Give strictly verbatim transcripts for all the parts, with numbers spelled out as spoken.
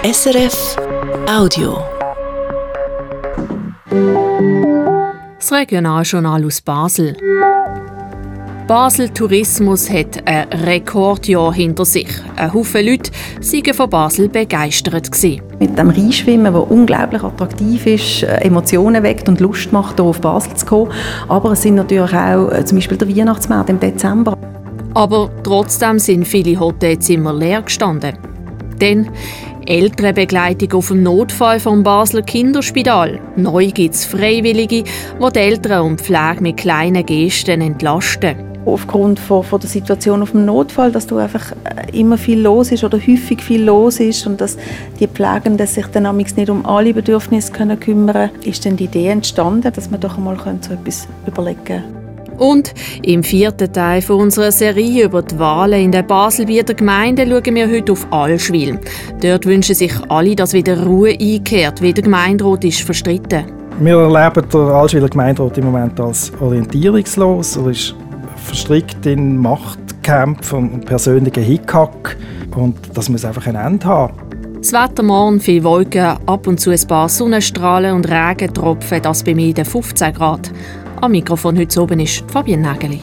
S R F Audio. Das Regionaljournal aus Basel. Basel Tourismus hat ein Rekordjahr hinter sich. Ein Haufen Leute waren von Basel begeistert gewesen. Mit dem Rheinschwimmen, das unglaublich attraktiv ist, Emotionen weckt und Lust macht, hier auf Basel zu kommen. Aber es sind natürlich auch äh, zum Beispiel der Weihnachtsmarkt im Dezember. Aber trotzdem sind viele Hotelzimmer leer gestanden. Denn Elternbegleitung auf dem Notfall vom Basler Kinderspital. Neu gibt es Freiwillige, die die Eltern und die Pflege mit kleinen Gesten entlasten. Aufgrund von, von der Situation auf dem Notfall, dass da einfach immer viel los ist oder häufig viel los ist und dass die Pflegenden sich dann nicht um alle Bedürfnisse kümmern können, ist dann die Idee entstanden, dass man doch einmal so etwas überlegen können. Und im vierten Teil von unserer Serie über die Wahlen in den Baselbieter Gemeinden schauen wir heute auf Allschwil. Dort wünschen sich alle, dass wieder Ruhe einkehrt, wie der Gemeinderat ist verstritten. Wir erleben den Allschwiler Gemeinderat im Moment als orientierungslos. Er ist verstrickt in Machtkämpfen und persönlichen Hickhack. Und das muss einfach ein Ende haben. Das Wetter morgen, viele Wolken, ab und zu ein paar Sonnenstrahlen und Regentropfen, das bei mir fünfzehn Grad. Am Mikrofon heute oben ist Fabienne Nägeli.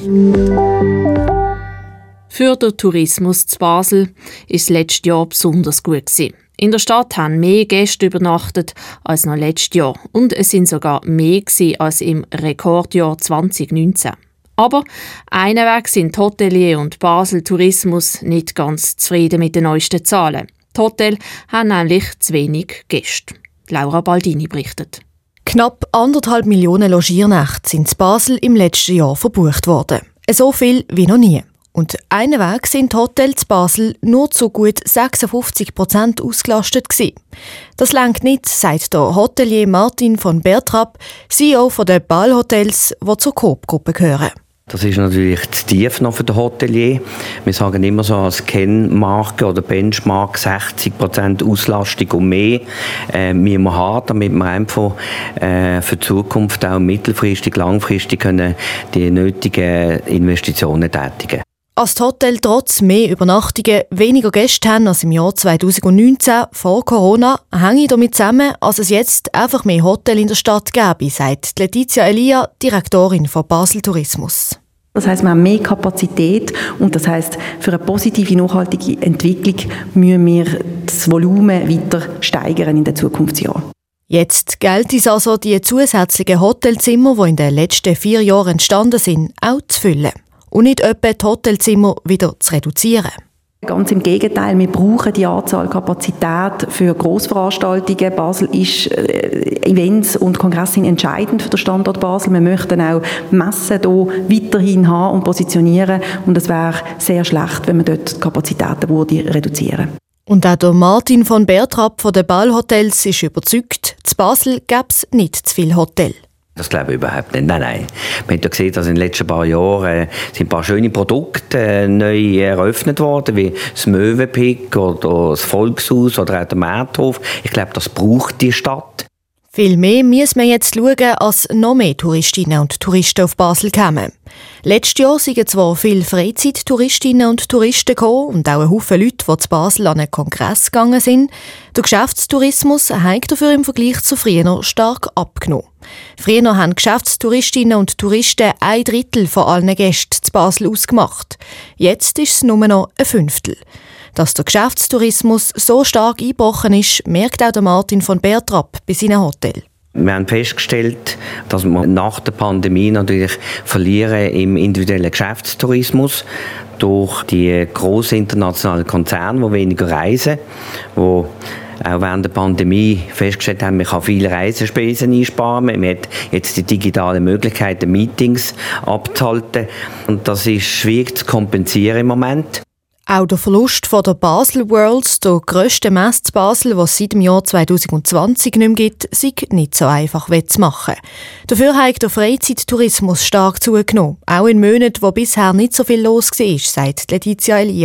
Für den Tourismus zu Basel war es letztes Jahr besonders gut gewesen. In der Stadt haben mehr Gäste übernachtet als noch letztes Jahr. Und es sind sogar mehr gewesen als im Rekordjahr zwanzig neunzehn. Aber einweg sind die Hotelier und Basel Tourismus nicht ganz zufrieden mit den neuesten Zahlen. Die Hotels haben nämlich zu wenig Gäste. Laura Baldini berichtet. Knapp anderthalb Millionen Logiernächte sind in Basel im letzten Jahr verbucht worden. So viel wie noch nie. Und einen Weg sind die Hotels in Basel nur zu gut sechsundfünfzig Prozent ausgelastet gewesen. Das reicht nicht, sagt der Hotelier Martin von Bertrap, C E O der Ball Hotels, die zur Coop-Gruppe gehören. Das ist natürlich zu tief noch für den Hotelier. Wir sagen immer so als Kennmarke oder Benchmark sechzig Prozent Auslastung und mehr äh, müssen wir haben, damit wir einfach äh, für die Zukunft auch mittelfristig, langfristig können die nötigen Investitionen tätigen. Als die Hotels trotz mehr Übernachtungen weniger Gäste haben als im Jahr zweitausendneunzehn vor Corona, hänge damit zusammen, dass es jetzt einfach mehr Hotels in der Stadt gäbe, sagt Letizia Elia, Direktorin von Basel Tourismus. Das heisst, wir haben mehr Kapazität und das heisst, für eine positive, nachhaltige Entwicklung müssen wir das Volumen weiter steigern in den Zukunftsjahren. Jetzt gilt es also, die zusätzlichen Hotelzimmer, die in den letzten vier Jahren entstanden sind, auch zu füllen. Und nicht etwa die Hotelzimmer wieder zu reduzieren. Ganz im Gegenteil, wir brauchen die Anzahl Kapazität für Grossveranstaltungen. Basel ist äh, Events und Kongresse sind entscheidend für den Standort Basel. Wir möchten auch Messen hier weiterhin haben und positionieren. Und es wäre sehr schlecht, wenn man dort die Kapazitäten würde reduzieren. Und auch der Martin von Bertrap von den Ball Hotels ist überzeugt, in Basel gäbe es nicht zu viele Hotels. Das glaube ich überhaupt nicht. Nein, nein. Man hat ja gesehen, dass in den letzten paar Jahren äh, sind ein paar schöne Produkte äh, neu eröffnet worden, wie das Möwenpick oder das Volkshaus oder auch der Markthof. Ich glaube, das braucht die Stadt. Viel mehr müssen wir jetzt schauen, als noch mehr Touristinnen und Touristen auf Basel kommen. Letztes Jahr sind zwar viele Freizeittouristinnen und Touristen gekommen und auch ein Haufen Leute, die zu Basel an einen Kongress gegangen sind. Der Geschäftstourismus hat dafür im Vergleich zu früher stark abgenommen. Früher haben Geschäftstouristinnen und Touristen ein Drittel von allen Gästen zu Basel ausgemacht. Jetzt ist es nur noch ein Fünftel. Dass der Geschäftstourismus so stark eingebrochen ist, merkt auch der Martin von Bertrap bei seinem Hotel. Wir haben festgestellt, dass wir nach der Pandemie natürlich verlieren im individuellen Geschäftstourismus durch die grossen internationalen Konzerne, die weniger reisen, die auch während der Pandemie festgestellt haben, man kann viele Reisespesen einsparen. Man hat jetzt die digitalen Möglichkeiten, Meetings abzuhalten. Und das ist schwierig zu kompensieren im Moment. Auch der Verlust von der Basel Worlds, der grössten Messe zu Basel, die es seit dem Jahr zweitausendzwanzig nicht mehr gibt, sei nicht so einfach wettzumachen. Dafür hat der Freizeittourismus stark zugenommen, auch in Monaten, wo bisher nicht so viel los war, sagt Letizia Elia.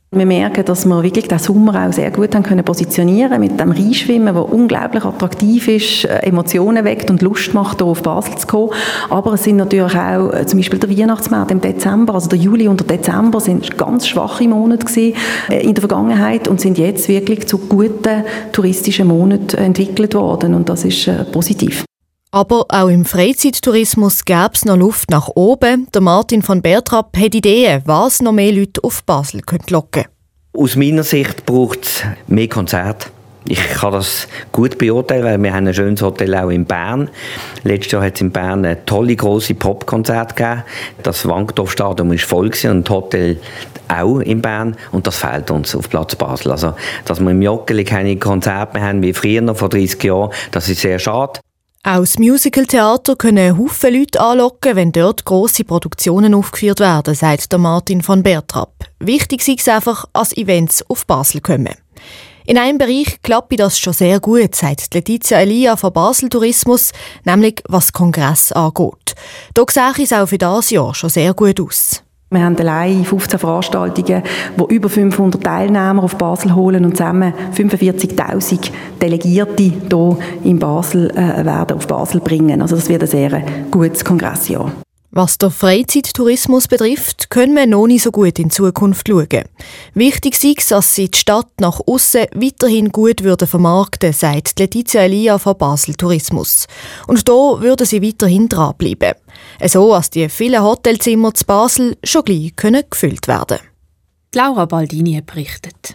Wir merken, dass wir wirklich den Sommer auch sehr gut haben können positionieren mit dem Rheinschwimmen, das unglaublich attraktiv ist, Emotionen weckt und Lust macht, hier auf Basel zu kommen. Aber es sind natürlich auch zum Beispiel der Weihnachtsmarkt im Dezember, also der Juli und der Dezember sind ganz schwache Monate gewesen in der Vergangenheit und sind jetzt wirklich zu guten touristischen Monaten entwickelt worden und das ist äh, positiv. Aber auch im Freizeittourismus gäbe es noch Luft nach oben. Der Martin von Bertrap hat Ideen, was noch mehr Leute auf Basel locken könnte. Aus meiner Sicht braucht es mehr Konzerte. Ich kann das gut beurteilen, weil wir haben ein schönes Hotel auch in Bern. Letztes Jahr hat es in Bern eine tolle, grosse Popkonzert gegeben. Das Wankdorfstadion war voll und das Hotel auch in Bern. Und das fehlt uns auf Platz Basel. Also, dass wir im Joggeli keine Konzerte mehr haben wie früher, noch vor dreissig Jahren, das ist sehr schade. Auch das Musical-Theater können Haufen Leute anlocken, wenn dort grosse Produktionen aufgeführt werden, sagt der Martin von Bertrap. Wichtig ist es einfach, als Events auf Basel kommen. In einem Bereich klappt das schon sehr gut, sagt Letizia Elia von Basel Tourismus, nämlich was Kongress angeht. Da sehe es auch für dieses Jahr schon sehr gut aus. Wir haben allein fünfzehn Veranstaltungen, die über fünfhundert Teilnehmer auf Basel holen und zusammen fünfundvierzigtausend Delegierte hier in Basel äh, werden auf Basel bringen. Also das wird ein sehr gutes Kongressjahr. Was der Freizeittourismus betrifft, können wir noch nicht so gut in Zukunft schauen. Wichtig ist es, dass sie die Stadt nach aussen weiterhin gut würden vermarkten, sagt Letizia Elia von Basel Tourismus. Und da würden sie weiterhin dranbleiben. So, dass die vielen Hotelzimmer zu Basel schon gleich können gefüllt werden. Laura Baldini berichtet.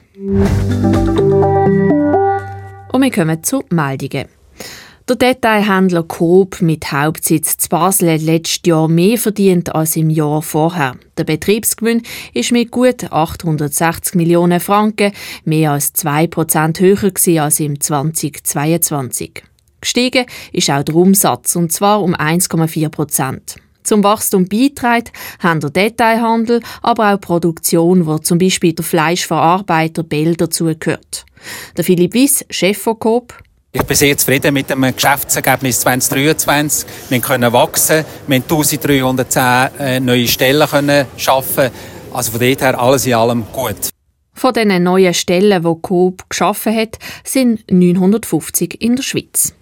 Und wir kommen zu Meldungen. Der Detailhändler Coop mit Hauptsitz zu Basel hat letztes Jahr mehr verdient als im Jahr vorher. Der Betriebsgewinn ist mit gut achthundertsechzig Millionen Franken mehr als zwei Prozent höher als im zweitausendzweiundzwanzig. Gestiegen ist auch der Umsatz, und zwar um eins Komma vier Prozent. Zum Wachstum beitragen haben der Detailhandel, aber auch die Produktion, wo zum Beispiel der Fleischverarbeiter Bell dazugehört. Der Philipp Wiss, Chef von Coop: Ich bin sehr zufrieden mit dem Geschäftsergebnis zwanzig dreiundzwanzig. Wir können wachsen, wir haben eintausenddreihundertzehn neue Stellen können schaffen. Also von dort her alles in allem gut. Von den neuen Stellen, die Coop geschaffen hat, sind neunhundertfünfzig in der Schweiz.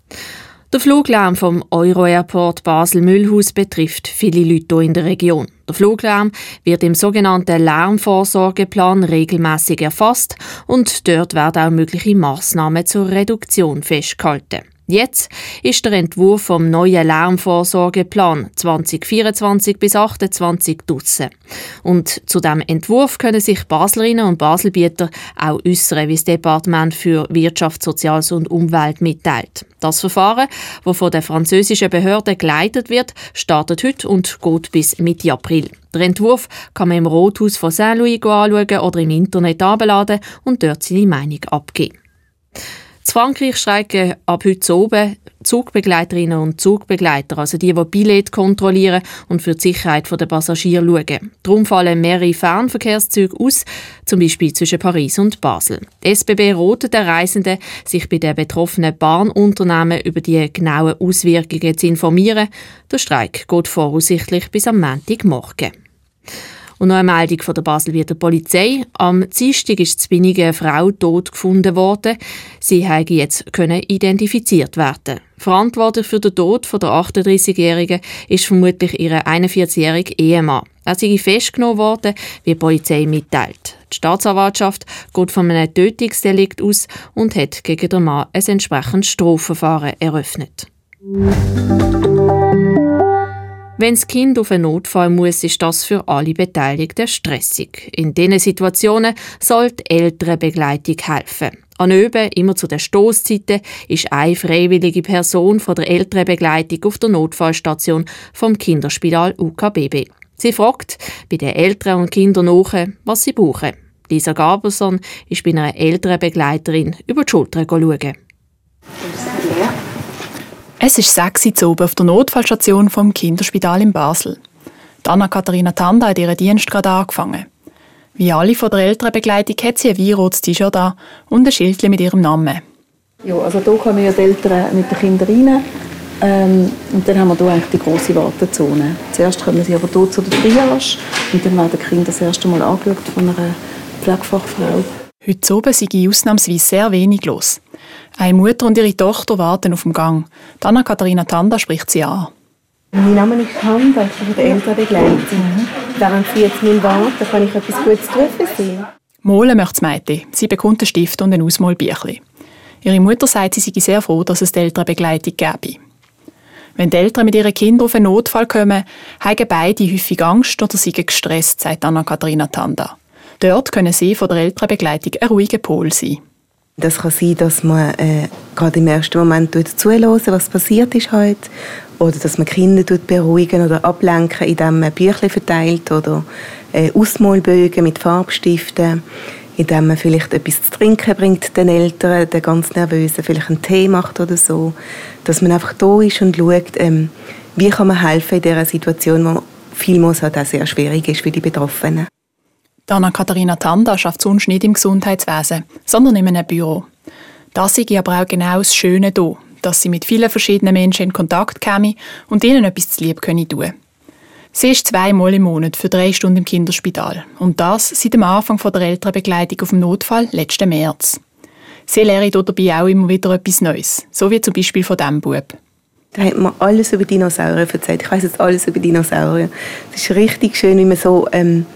Der Fluglärm vom Euro-Airport Basel-Mühlhaus betrifft viele Leute hier in der Region. Der Fluglärm wird im sogenannten Lärmvorsorgeplan regelmäßig erfasst und dort werden auch mögliche Massnahmen zur Reduktion festgehalten. Jetzt ist der Entwurf vom neuen Lärmvorsorgeplan zwanzig vierundzwanzig bis achtundzwanzig draussen. Und zu diesem Entwurf können sich Baslerinnen und Baselbieter auch äußern, wie das Departement für Wirtschaft, Soziales und Umwelt mitteilt. Das Verfahren, das von der französischen Behörde geleitet wird, startet heute und geht bis Mitte April. Den Entwurf kann man im Rathaus von Saint-Louis anschauen oder im Internet herunterladen und dort seine Meinung abgeben. In Frankreich streiken ab heute oben Zugbegleiterinnen und Zugbegleiter, also die, die Billette kontrollieren und für die Sicherheit der Passagiere schauen. Darum fallen mehrere Fernverkehrszüge aus, zum Beispiel zwischen Paris und Basel. Die S B B rotet den Reisenden, sich bei den betroffenen Bahnunternehmen über die genauen Auswirkungen zu informieren. Der Streik geht voraussichtlich bis am Montagmorgen. Und noch eine Meldung von der Baselbieter Polizei. Am Dienstag ist in Binnigen eine Frau tot gefunden worden. Sie konnte jetzt identifiziert werden. Verantwortlich für den Tod der achtunddreißigjährigen ist vermutlich ihr einundvierzigjähriger Ehemann. Er sei festgenommen worden, wie die Polizei mitteilt. Die Staatsanwaltschaft geht von einem Tötungsdelikt aus und hat gegen den Mann ein entsprechendes Strafverfahren eröffnet. Wenn das Kind auf einen Notfall muss, ist das für alle Beteiligten stressig. In diesen Situationen soll die Elternbegleitung helfen. An Öben, immer zu den Stosszeiten, ist eine freiwillige Person von der Elternbegleitung auf der Notfallstation vom Kinderspital U K B B. Sie fragt bei den Eltern und Kindern nach, was sie brauchen. Lisa Gaberson ist bei einer Elternbegleiterin über die Schulter schauen. Es ist sechs Uhr oben auf der Notfallstation vom Kinderspital in Basel. Anna-Katharina Tanda hat ihren Dienst gerade angefangen. Wie alle von der Elternbegleitung hat sie ein weißrotes T-Shirt an und ein Schild mit ihrem Namen. Ja, also hier kommen ja die Eltern mit den Kindern rein. Ähm, und dann haben wir hier eigentlich die grosse Wartezone. Zuerst kommen sie aber hier zu der Triage und dann werden die Kinder das erste Mal angeschaut von einer Pflegefachfrau. Heute oben sei ausnahmsweise sehr wenig los. Eine Mutter und ihre Tochter warten auf dem Gang. Anna-Katharina Tanda spricht sie an. Mein Name ist Tanda, ich bin von der Elternbegleitung. Mhm. Während Sie jetzt mit warten, kann ich etwas Gutes tun für Sie. Malen möchte das Mädchen. Sie bekommt einen Stift und ein Ausmalbüchlein. Ihre Mutter sagt, sie sei sehr froh, dass es die Elternbegleitung gäbe. Wenn die Eltern mit ihren Kindern auf einen Notfall kommen, haben beide häufig Angst oder sind gestresst, sagt Anna-Katharina Tanda. Dort können sie von der Elternbegleitung ein ruhiger Pol sein. Das kann sein, dass man äh, gerade im ersten Moment zuhören, was passiert ist heute, oder dass man Kinder beruhigen oder ablenken, indem man Bücher verteilt oder äh, Ausmalbögen mit Farbstiften, indem man vielleicht etwas zu trinken bringt den Eltern, den ganz Nervösen, vielleicht einen Tee macht oder so. Dass man einfach da ist und schaut, ähm, wie kann man helfen in dieser Situation, die vielmals halt auch sehr schwierig ist für die Betroffenen. Anna-Katharina Tanda arbeitet sonst nicht im Gesundheitswesen, sondern in einem Büro. Das sei aber auch genau das Schöne hier, dass sie mit vielen verschiedenen Menschen in Kontakt käme und ihnen etwas zu lieb tun können. Sie ist zweimal im Monat für drei Stunden im Kinderspital. Und das seit dem Anfang der Elternbegleitung auf dem Notfall letzten März. Sie lernt dabei auch immer wieder etwas Neues, so wie zum Beispiel von diesem Bub. Da hat man alles über Dinosaurier erzählt. Ich weiss jetzt alles über Dinosaurier. Es ist richtig schön, wie man so ähm,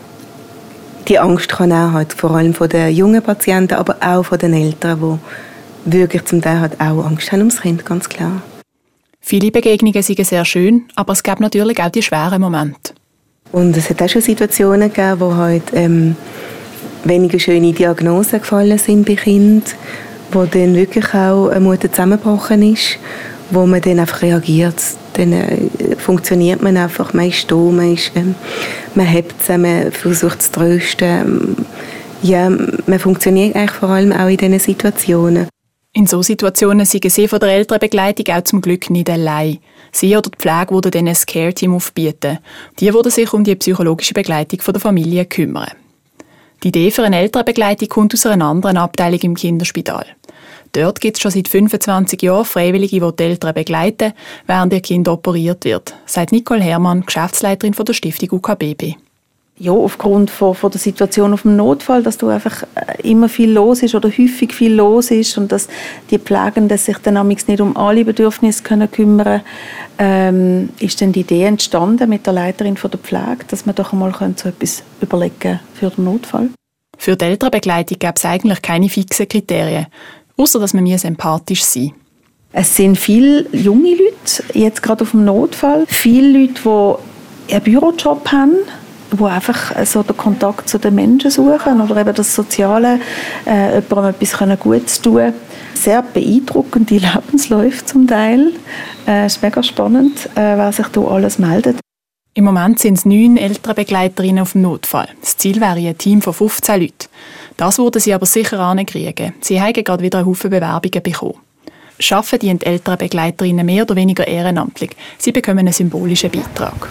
die Angst kann auch halt, vor allem von den jungen Patienten, aber auch von den Eltern, die wirklich zum Teil halt auch Angst haben ums Kind, ganz klar. Viele Begegnungen sind sehr schön, aber es gibt natürlich auch die schweren Momente. Und es hat auch schon Situationen gegeben, wo halt ähm, weniger schöne Diagnosen gefallen sind bei Kindern, wo dann wirklich auch eine Mutter zusammengebrochen ist, wo man dann einfach reagiert. Dann äh, funktioniert man einfach, man ist da, man, ist, ähm, man hebt sie, man versucht zu trösten. Ja, man funktioniert eigentlich vor allem auch in diesen Situationen. In solchen Situationen sind sie von der Elternbegleitung auch zum Glück nicht allein. Sie oder die Pflege würden dann ein Care-Team aufbieten. Die würden sich um die psychologische Begleitung der Familie kümmern. Die Idee für eine Elternbegleitung kommt aus einer anderen Abteilung im Kinderspital. Dort gibt es schon seit fünfundzwanzig Jahren Freiwillige, die die Eltern begleiten, während ihr Kind operiert wird, sagt Nicole Herrmann, Geschäftsleiterin von der Stiftung U K B B. Ja, aufgrund von, von der Situation auf dem Notfall, dass du einfach immer viel los ist oder häufig viel los ist und dass die Pflegenden sich dann nicht um alle Bedürfnisse können kümmern können, ähm, ist dann die Idee entstanden mit der Leiterin von der Pflege, dass man doch einmal so etwas überlegen für den Notfall. Für die Elternbegleitung gäbe es eigentlich keine fixen Kriterien, außer dass man empathisch sein muss. Es sind viele junge Leute, jetzt gerade auf dem Notfall, viele Leute, die einen Bürojob haben, die einfach so den Kontakt zu den Menschen suchen oder eben das Soziale, äh, jemandem etwas Gutes tun. Sehr beeindruckende Lebensläufe zum Teil. Äh, es ist mega spannend, äh, wer sich hier alles meldet. Im Moment sind es neun Elternbegleiterinnen auf dem Notfall. Das Ziel wäre ein Team von fünfzehn Leuten. Das würden sie aber sicher hinkriegen. Sie haben gerade wieder einen Haufen Bewerbungen bekommen. Arbeiten die Elternbegleiterinnen mehr oder weniger ehrenamtlich. Sie bekommen einen symbolischen Beitrag.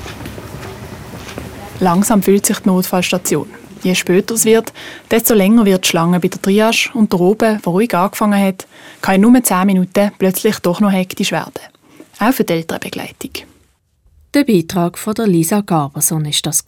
Langsam füllt sich die Notfallstation. Je später es wird, desto länger wird die Schlange bei der Triage und der oben, der ruhig angefangen hat, kann in nur zehn Minuten plötzlich doch noch hektisch werden. Auch für die Elternbegleitung. Der Beitrag von der Lisa Garberson war das.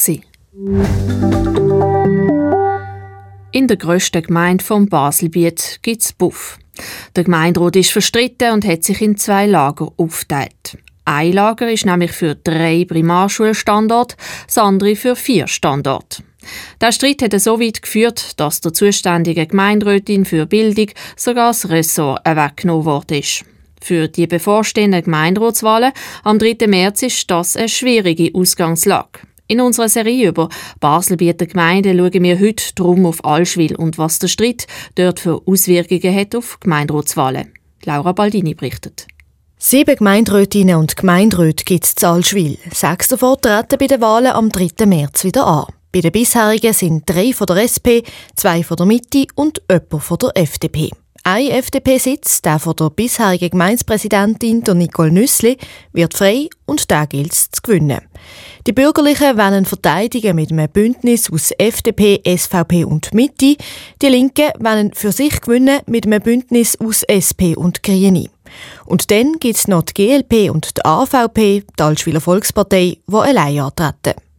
In der grössten Gemeinde vom Baselbiet gibt es Buff. Der Gemeinderat ist verstritten und hat sich in zwei Lager aufgeteilt. Ein Lager ist nämlich für drei Primarschulstandorte, das andere für vier Standorte. Der Streit hat so weit geführt, dass der zuständigen Gemeinderätin für Bildung sogar das Ressort weggenommen worden ist. Für die bevorstehenden Gemeinderatswahlen am dritten März ist das eine schwierige Ausgangslage. In unserer Serie über Baselbieter Gemeinden schauen wir heute drum auf Allschwil und was der Streit dort für Auswirkungen hat auf Gemeinderatswahlen. Laura Baldini berichtet. Sieben Gemeinderätinnen und Gemeinderäte gibt es in Allschwil. Sechs davon treten bei den Wahlen am dritten März wieder an. Bei den bisherigen sind drei von der S P, zwei von der Mitte und jemand von der F D P. Ein F D P-Sitz, der von der bisherigen Gemeindepräsidentin Nicole Nüssli, wird frei und den gilt es zu gewinnen. Die Bürgerlichen wollen verteidigen mit einem Bündnis aus F D P, S V P und Mitte. Die Linken wollen für sich gewinnen mit einem Bündnis aus S P und Grüne. Und dann gibt es noch die G L P und die A V P, die Allschwiler Volkspartei, die allein antreten.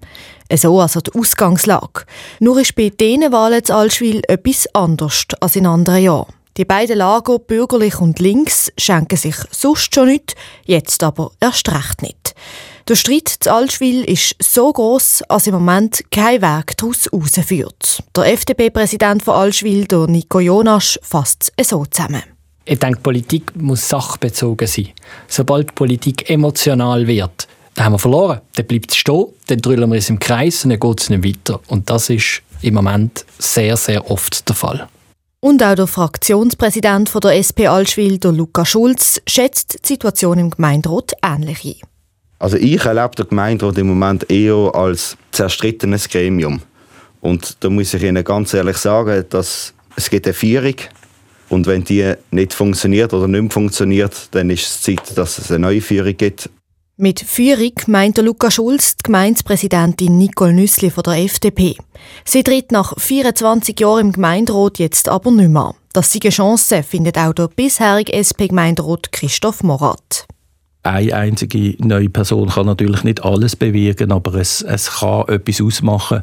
So also die Ausgangslage. Nur ist bei diesen Wahlen in Allschwil etwas anders als in anderen Jahren. Die beiden Lager, bürgerlich und links, schenken sich sonst schon nicht, jetzt aber erst recht nicht. Der Streit zu Allschwil ist so gross, als im Moment kein Weg daraus herausführt. Der F D P-Präsident von Allschwil, der Nico Jonasch, fasst es so zusammen. Ich denke, Politik muss sachbezogen sein. Sobald Politik emotional wird, dann haben wir verloren. Dann bleibt es stehen, dann drüllen wir es im Kreis und dann geht es nicht weiter. Und das ist im Moment sehr, sehr oft der Fall. Und auch der Fraktionspräsident von der S P Allschwil, der Luca Schulz, schätzt die Situation im Gemeinderat ähnlich ein. Also ich erlebe den Gemeinderat im Moment eher als zerstrittenes Gremium. Und da muss ich Ihnen ganz ehrlich sagen, dass es gibt eine Führung. Und wenn die nicht funktioniert oder nicht mehr funktioniert, dann ist es Zeit, dass es eine neue Führung gibt. Mit Führung meint der Luca Schulz die Gemeindepräsidentin Nicole Nüssli von der F D P. Sie tritt nach vierundzwanzig Jahren im Gemeinderat jetzt aber nicht mehr. Das sei eine Chance, findet auch der bisherige S P-Gemeinderat Christoph Morath. Eine einzige neue Person kann natürlich nicht alles bewirken, aber es, es kann etwas ausmachen.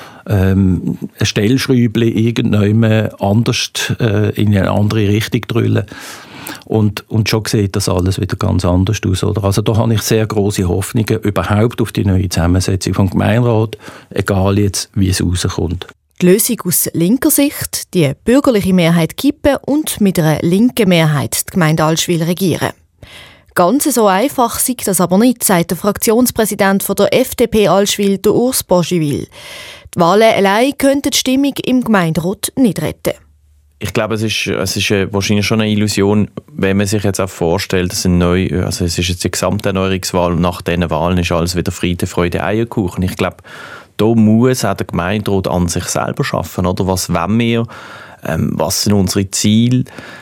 Ähm, ein Stellschräubchen irgendjemand anders äh, in eine andere Richtung drüllen. Und, und schon sieht das alles wieder ganz anders aus. Oder? Also da habe ich sehr grosse Hoffnungen überhaupt auf die neue Zusammensetzung vom Gemeinderat, egal jetzt, wie es rauskommt. Die Lösung aus linker Sicht, die bürgerliche Mehrheit kippen und mit einer linken Mehrheit die Gemeinde Allschwil regieren. Ganz so einfach sei das aber nicht, sagt der Fraktionspräsident von der F D P Allschwil, der Urs Boschivil. Die Wahlen allein könnten die Stimmung im Gemeinderat nicht retten. Ich glaube, es ist, es ist wahrscheinlich schon eine Illusion, wenn man sich jetzt auch vorstellt, dass ein neu, also es ist jetzt die Gesamterneuerungswahl und nach diesen Wahlen ist alles wieder Friede, Freude, Eierkuchen. Ich glaube, da muss auch der Gemeinderat an sich selber arbeiten. Oder? Was wollen wir? Ähm, was sind unsere Ziele?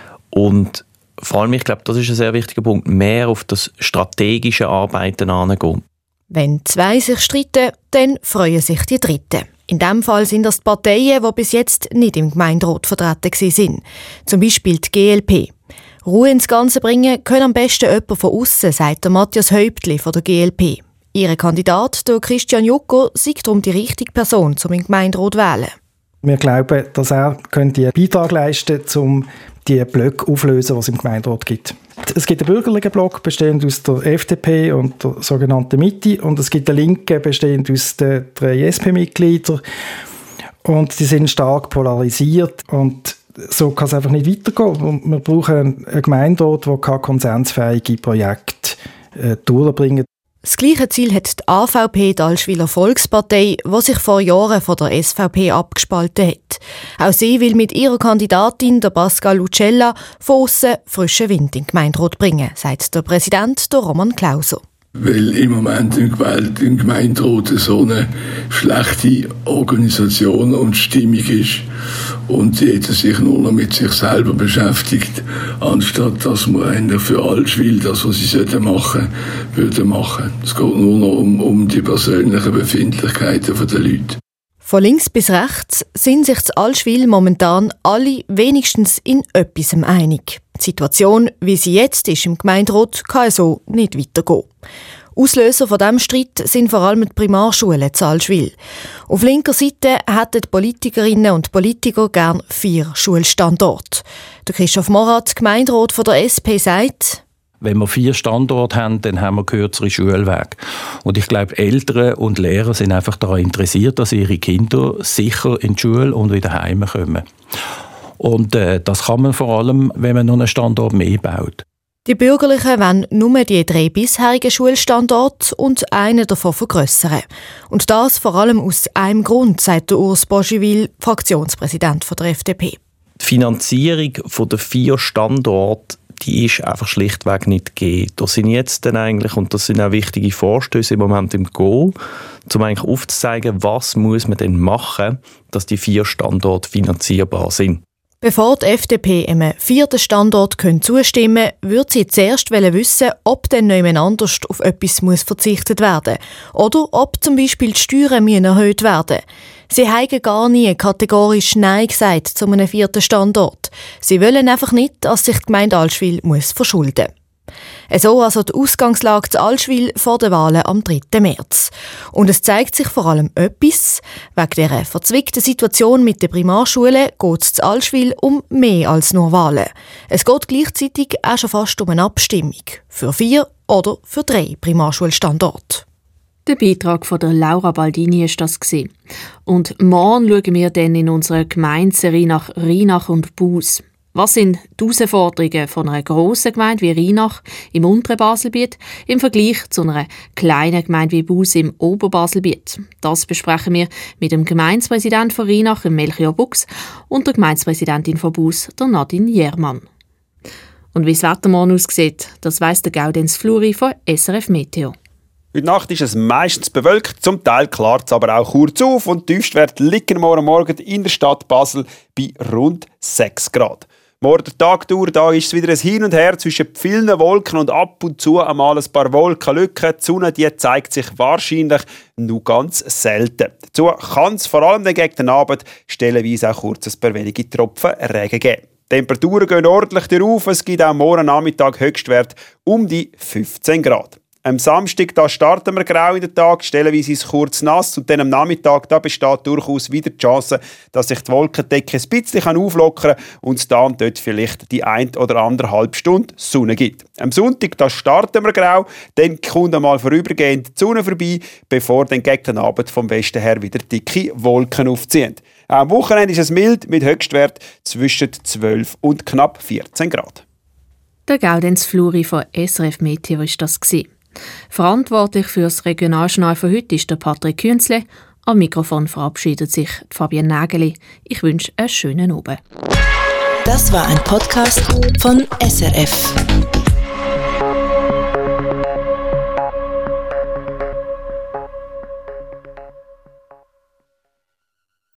Und vor allem, ich glaube, das ist ein sehr wichtiger Punkt, mehr auf das strategische Arbeiten angehen. Wenn zwei sich streiten, dann freuen sich die Dritten. In diesem Fall sind das die Parteien, die bis jetzt nicht im Gemeinderat vertreten waren. Zum Beispiel die G L P. Ruhe ins Ganze bringen können am besten jemand von aussen, sagt der Matthias Häuptli von der G L P. Ihr Kandidat, der Christian Jucker, sei darum die richtige Person, um im Gemeinderat zu wählen. Wir glauben, dass er einen Beitrag leisten könnte, um die Blöcke auflösen, die es im Gemeinderat gibt. Es gibt einen bürgerlichen Block, bestehend aus der F D P und der sogenannten Mitte, und es gibt einen linken, bestehend aus den drei S P-Mitgliedern. Und die sind stark polarisiert, und so kann es einfach nicht weitergehen. Wir brauchen einen Gemeinderat, der konsensfähige Projekte äh, durchbringen kann. Das gleiche Ziel hat die A V P, die Allschwiler Volkspartei, die sich vor Jahren von der S V P abgespalten hat. Auch sie will mit ihrer Kandidatin, der Pascal Lucella, von aussen frischen Wind in den Gemeinderat bringen, sagt der Präsident, der Roman Klauser. Weil im Moment im Gemeinderat so eine schlechte Organisation und Stimmung ist und jeder sich nur noch mit sich selber beschäftigt, anstatt dass man eigentlich für Allschwil das, was sie machen sollten, würde machen. Es geht nur noch um, um die persönlichen Befindlichkeiten der Leute. Von links bis rechts sind sich in Allschwil momentan alle wenigstens in etwas einig. Die Situation, wie sie jetzt ist im Gemeinderat, kann so nicht weitergehen. Auslöser von diesem Streit sind vor allem die Primarschulen in Allschwil. Auf linker Seite hätten die Politikerinnen und Politiker gern vier Schulstandorte. Der Christoph Morath, Gemeinderat von der S P, sagt: Wenn wir vier Standorte haben, dann haben wir kürzere Schulwege. Und ich glaube, Eltern und Lehrer sind einfach daran interessiert, dass ihre Kinder sicher in die Schule und wieder heimkommen. Und äh, das kann man vor allem, wenn man noch einen Standort mehr baut. Die Bürgerlichen wollen nur die drei bisherigen Schulstandorte und einen davon vergrössern. Und das vor allem aus einem Grund, sagt der Urs Boschivil, Fraktionspräsident von der F D P. Die Finanzierung der vier Standorte, die ist einfach schlichtweg nicht gegeben. Das sind jetzt dann eigentlich, und das sind auch wichtige Vorstöße im Moment im Go, um eigentlich aufzuzeigen, was muss man denn machen, dass die vier Standorte finanzierbar sind. Bevor die F D P einem vierten Standort zustimmen kann, würde sie zuerst wissen, ob dann niemand anders auf etwas muss verzichtet werden muss oder ob zum Beispiel die Steuern erhöht werden müssen. Sie haben gar nie kategorisch Nein gesagt zu einem vierten Standort. Sie wollen einfach nicht, dass sich die Gemeinde Allschwil muss verschulden muss. So also die Ausgangslage zu Allschwil vor den Wahlen am dritten März. Und es zeigt sich vor allem etwas. Wegen dieser verzwickten Situation mit den Primarschulen geht es zu Allschwil um mehr als nur Wahlen. Es geht gleichzeitig auch schon fast um eine Abstimmung. Für vier oder für drei Primarschulstandorte. Der Beitrag von der Laura Baldini war das. Und morgen schauen wir dann in unserer Gemeindeserie nach Rheinach und Buus. Was sind die Herausforderungen von einer grossen Gemeinde wie Rheinach im unteren Baselbiet im Vergleich zu einer kleinen Gemeinde wie Buus im Oberbaselbiet? Das besprechen wir mit dem Gemeindepräsidenten von Rheinach, Melchior Bux, und der Gemeindepräsidentin von Buus, der Nadine Jermann. Und wie das Wetter morgen aussieht, das weiss der Gaudenz Fluri von S R F Meteo. Heute Nacht ist es meistens bewölkt, zum Teil klart es aber auch kurz auf und die Tiefstwerte liegen morgen Morgen in der Stadt Basel bei rund sechs Grad. Morgen der Tag durch, da ist es wieder ein Hin und Her zwischen vielen Wolken und ab und zu einmal ein paar Wolkenlücken. Die Sonne die zeigt sich wahrscheinlich nur ganz selten. Dazu kann es vor allem gegen den Abend stellenweise auch kurz ein paar wenige Tropfen Regen geben. Die Temperaturen gehen ordentlich darauf. Es gibt auch morgen Nachmittag Höchstwert um die fünfzehn Grad. Am Samstag da starten wir grau in den Tag, stellenweise ist es kurz nass und dann am Nachmittag da besteht durchaus wieder die Chance, dass sich die Wolkendecke ein bisschen auflockern kann und es da und dort vielleicht die ein oder andere halbe Stunde Sonne gibt. Am Sonntag da starten wir grau, dann kommt einmal vorübergehend die Sonne vorbei, bevor dann gegen den Abend vom Westen her wieder dicke Wolken aufziehen. Auch am Wochenende ist es mild mit Höchstwert zwischen zwölf und knapp vierzehn Grad. Der Gaudenz Fluri von S R F Meteo war das. Verantwortlich für das Regionaljournal von heute ist der Patrick Künzle. Am Mikrofon verabschiedet sich Fabienne Nägeli. Ich wünsche einen schönen Abend. Das war ein Podcast von S R F.